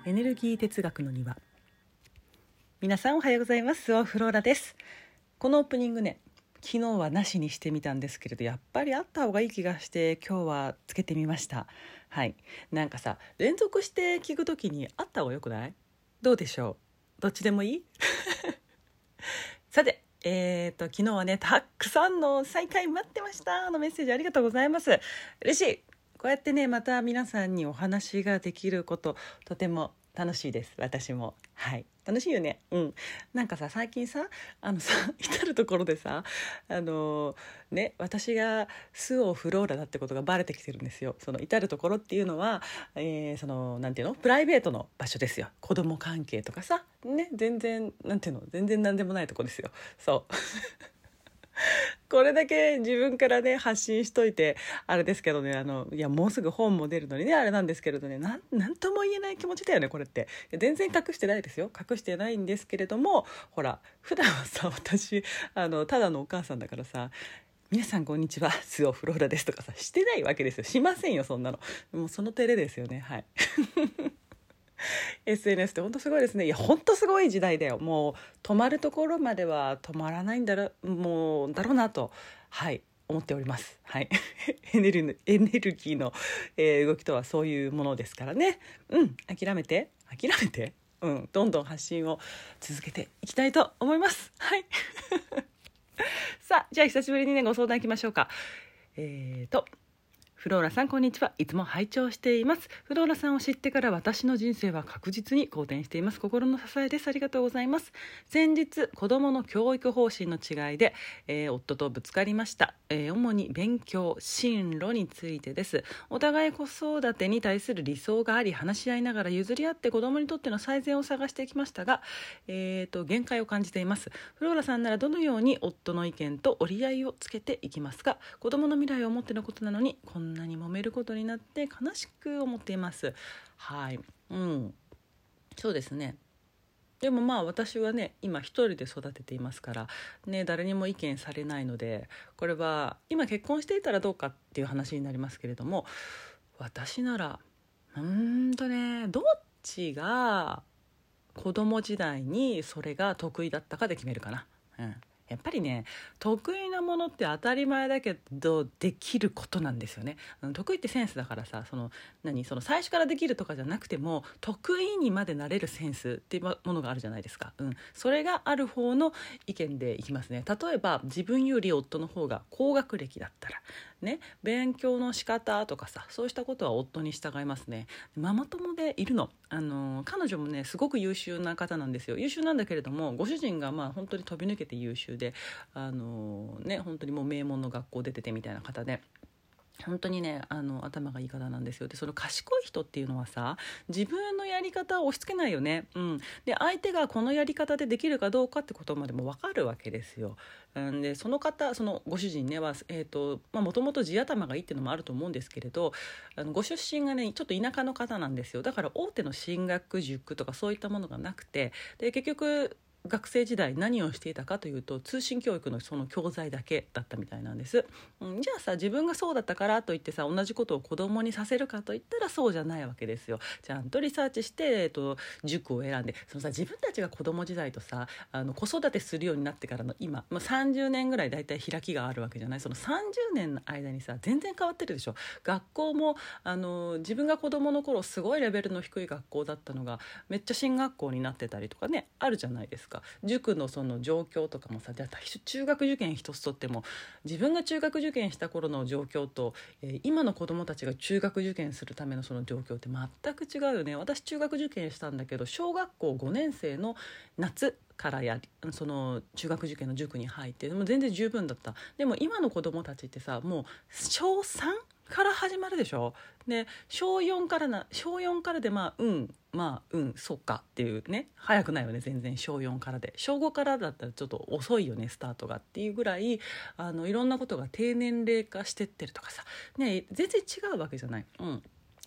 エネルギー哲学の庭。皆さんおはようございます。フローラです。このオープニングね、昨日はなしにしてみたんですけれど、やっぱりあった方がいい気がして今日はつけてみました。はい、なんかさ、連続して聞くときにあった方がよくない？どうでしょう？どっちでもいい？さて、昨日はね、たくさんの再会待ってましたのメッセージありがとうございます。嬉しい。こうやってね、また皆さんにお話ができること、とても楽しいです。私も。はい。楽しいよね。なんかさ、最近さ、至るところでさ、私がスオフローラだってことがバレてきてるんですよ。その至るところっていうのは、なんていうの、プライベートの場所ですよ。子供関係とかさ、ね、全然なんていうの、全然なんでもないとこですよ。そう。これだけ自分からね発信しといてあれですけどね、いやもうすぐ本も出るのにねあれなんですけれどね、なんとも言えない気持ちだよねこれって。全然隠してないですよ、隠してないんですけれども、ほら普段はさ、私ただのお母さんだからさ、皆さんこんにちは、スオフローラですとかさしてないわけですよ。しませんよそんなの。もうその照れですよね。はい。SNS って本当すごいですね。いや本当すごい時代だよ。もう止まるところまでは止まらないんだろもうだろうなと、はい思っております。はい。エネルギーの、動きとはそういうものですからね。諦めてどんどん発信を続けていきたいと思います。はい。さあ、じゃあ久しぶりにねご相談いきましょうか。フローラさんこんにちは。いつも拝聴しています。フローラさんを知ってから私の人生は確実に好転しています。心の支えです。ありがとうございます。先日子どもの教育方針の違いで、夫とぶつかりました。主に勉強進路についてです。お互い子育てに対する理想があり、話し合いながら譲り合って子どもにとっての最善を探してきましたが、限界を感じています。フローラさんならどのように夫の意見と折り合いをつけていきますか？子どもの未来を思ってのことなのにこんなに揉めることになって悲しく思っています。はい、そうですね。でもまあ私はね今一人で育てていますからね、誰にも意見されないので、これは今結婚していたらどうかっていう話になりますけれども、私ならどっちが子供時代にそれが得意だったかで決めるかな。やっぱりね、得意なものって当たり前だけどできることなんですよね。得意ってセンスだからさ、その最初からできるとかじゃなくても得意にまでなれるセンスっていうものがあるじゃないですか。それがある方の意見でいきますね。例えば自分より夫の方が高学歴だったらね、勉強の仕方とかさ、そうしたことは夫に従いますね。ママ友でいるの。彼女もねすごく優秀な方なんですよ。優秀なんだけれども、ご主人がまあ本当に飛び抜けて優秀で、本当にもう名門の学校出ててみたいな方で、本当にね頭がいい方なんですよ。でその賢い人っていうのはさ、自分のやり方を押し付けないよね。で相手がこのやり方でできるかどうかってことまでも分かるわけですよ。でそのご主人ねはもともと地頭がいいっていうのもあると思うんですけれど、ご出身がねちょっと田舎の方なんですよ。だから大手の進学塾とかそういったものがなくて、で結局学生時代何をしていたかというと通信教育のその教材だけだったみたいなんです。じゃあさ、自分がそうだったからといってさ同じことを子供にさせるかといったらそうじゃないわけですよ。ちゃんとリサーチして、塾を選んで、そのさ自分たちが子供時代とさ子育てするようになってからの今、30年ぐらいだいたい開きがあるわけじゃない。その30年の間にさ全然変わってるでしょ。学校も自分が子供の頃すごいレベルの低い学校だったのがめっちゃ進学校になってたりとかね、あるじゃないですか。塾のその状況とかもさ、じゃあ中学受験一つとっても、自分が中学受験した頃の状況と、今の子どもたちが中学受験するためのその状況って全く違うよね。私中学受験したんだけど、小学校5年生の夏からその中学受験の塾に入って、でも全然十分だった。でも今の子どもたちってさ、もう小3から始まるでしょ。で小4からでそうかっていうね、早くないよね全然。小4からで小5からだったらちょっと遅いよねスタートがっていうぐらい、いろんなことが低年齢化してってるとかさね、全然違うわけじゃない。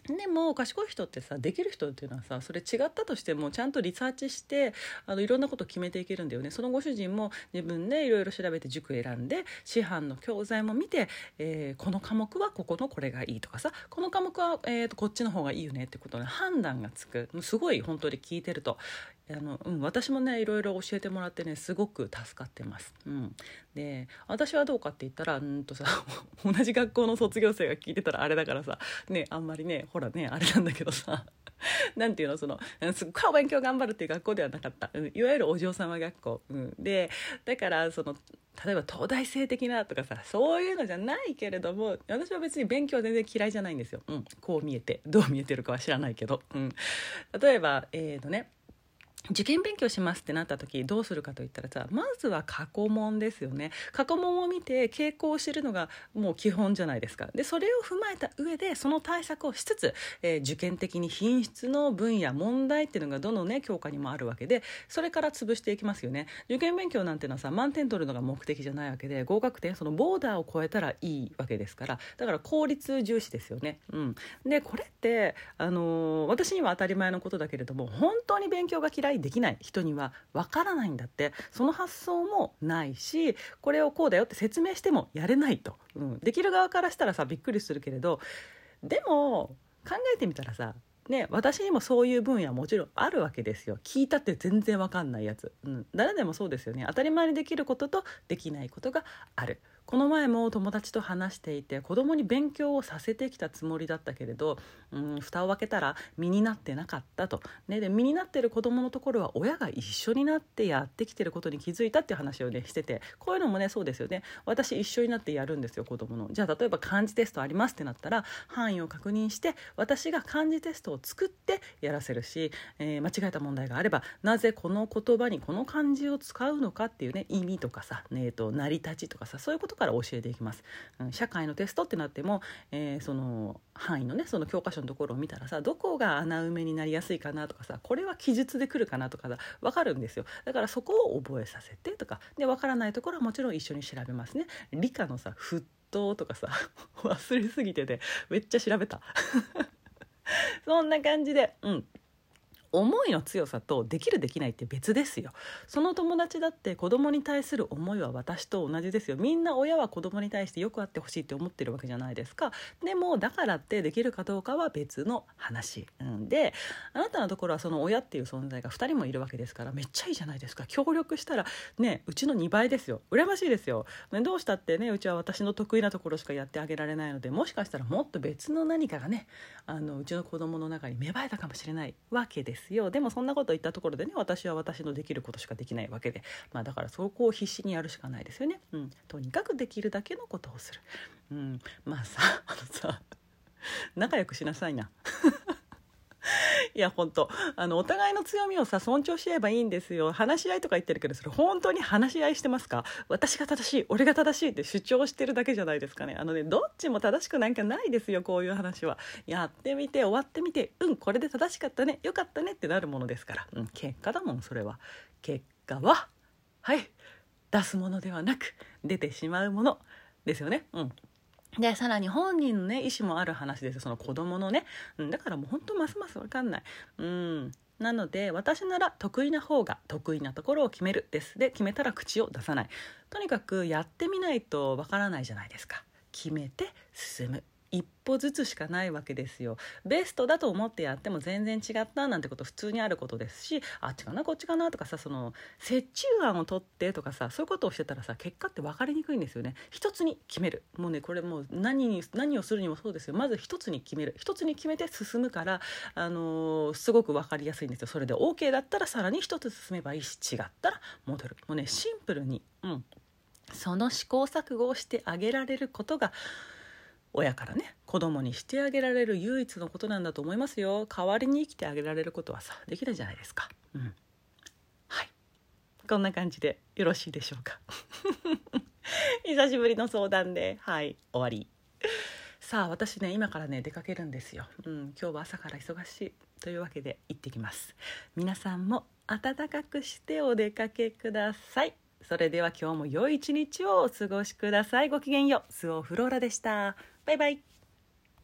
でも賢い人ってさ、できる人っていうのはさ、それ違ったとしてもちゃんとリサーチしていろんなこと決めていけるんだよね。そのご主人も自分でいろいろ調べて塾選んで、師範の教材も見て、この科目はここのこれがいいとかさ、この科目は、こっちの方がいいよねってことで判断がつく。すごい本当に聞いてると私もねいろいろ教えてもらってねすごく助かってます。で私はどうかって言ったらさ同じ学校の卒業生が聞いてたらあれだからさね、あんまりねほらねあれなんだけどさなんていうの、すっごいお勉強頑張るっていう学校ではなかった、いわゆるお嬢様学校、でだから例えば東大生的なとかさそういうのじゃないけれども、私は別に勉強は全然嫌いじゃないんですよ。こう見えてどう見えてるかは知らないけど、例えば受験勉強しますってなった時どうするかといったらさ、まずは過去問ですよね。過去問を見て傾向を知るのがもう基本じゃないですか。でそれを踏まえた上でその対策をしつつ、受験的に品質の分野問題っていうのがどのね教科にもあるわけで、それから潰していきますよね。受験勉強なんていうのはさ満点取るのが目的じゃないわけで、合格点そのボーダーを超えたらいいわけですから、だから効率重視ですよね。でこれって私には当たり前のことだけれども、本当に勉強が嫌いできない人にはわからないんだって。その発想もないし、これをこうだよって説明してもやれないと、できる側からしたらさびっくりするけれど、でも考えてみたらさね、私にもそういう分野はもちろんあるわけですよ。聞いたって全然わかんないやつ、誰でもそうですよね。当たり前にできることとできないことがある。この前も友達と話していて、子供に勉強をさせてきたつもりだったけれど、蓋を開けたら身になってなかったと、で身になってる子供のところは親が一緒になってやってきてることに気づいたっていう話をねしてて、こういうのもねそうですよね。私一緒になってやるんですよ、子供の。じゃあ例えば漢字テストありますってなったら範囲を確認して私が漢字テストを作ってやらせるし、間違えた問題があればなぜこの言葉にこの漢字を使うのかっていうね意味とかさ、成り立ちとかさ、そういうことから教えていきます。社会のテストってなっても、その範囲のねその教科書のところを見たらさ、どこが穴埋めになりやすいかなとかさ、これは記述で来るかなとかさ分かるんですよ。だからそこを覚えさせてとかで、分からないところはもちろん一緒に調べますね。理科のさ沸騰とかさ忘れすぎててめっちゃ調べたそんな感じで思いの強さとできるできないって別ですよ。その友達だって子供に対する思いは私と同じですよ。みんな親は子供に対してよくあってほしいって思ってるわけじゃないですか。でもだからってできるかどうかは別の話、であなたのところはその親っていう存在が2人もいるわけですから、めっちゃいいじゃないですか。協力したらねうちの2倍ですよ。羨ましいですよ。どうしたってねうちは私の得意なところしかやってあげられないので、もしかしたらもっと別の何かがねうちの子供の中に芽生えたかもしれないわけです。でもそんなこと言ったところでね、私は私のできることしかできないわけで、だからそこを必死にやるしかないですよね。とにかくできるだけのことをする。さ仲良くしなさいな。いや本当お互いの強みをさ尊重し合えばいいんですよ。話し合いとか言ってるけど、それ本当に話し合いしてますか？私が正しい俺が正しいって主張してるだけじゃないですかね。どっちも正しくなんかないですよ。こういう話はやってみて終わってみてこれで正しかったねよかったねってなるものですから、結果だもん。それは結果は出すものではなく出てしまうものですよね。でさらに本人のね意思もある話ですよ、その子供のね。だからもう本当ますます分かんない。なので私なら得意な方が得意なところを決めるです。で決めたら口を出さない。とにかくやってみないと分からないじゃないですか。決めて進む、一歩ずつしかないわけですよ。ベストだと思ってやっても全然違ったなんてこと普通にあることですし、あっちかなこっちかなとかさ、その折衷案を取ってとかさ、そういうことをしてたらさ結果って分かりにくいんですよね。一つに決める。もうねこれもう何をするにもそうですよ。まず一つに決める。一つに決めて進むから、すごく分かりやすいんですよ。それで OK だったらさらに一つ進めばいいし、違ったら戻る。もうねシンプルに、その試行錯誤をしてあげられることが親からね子供にしてあげられる唯一のことなんだと思いますよ。代わりに生きてあげられることはさできないじゃないですか。こんな感じでよろしいでしょうか。久しぶりの相談で終わり。さあ私ね今からね出かけるんですよ。今日は朝から忙しいというわけで行ってきます。皆さんも暖かくしてお出かけください。それでは今日も良い一日をお過ごしください。ごきげんよう。スオフローラでした。バイバイ。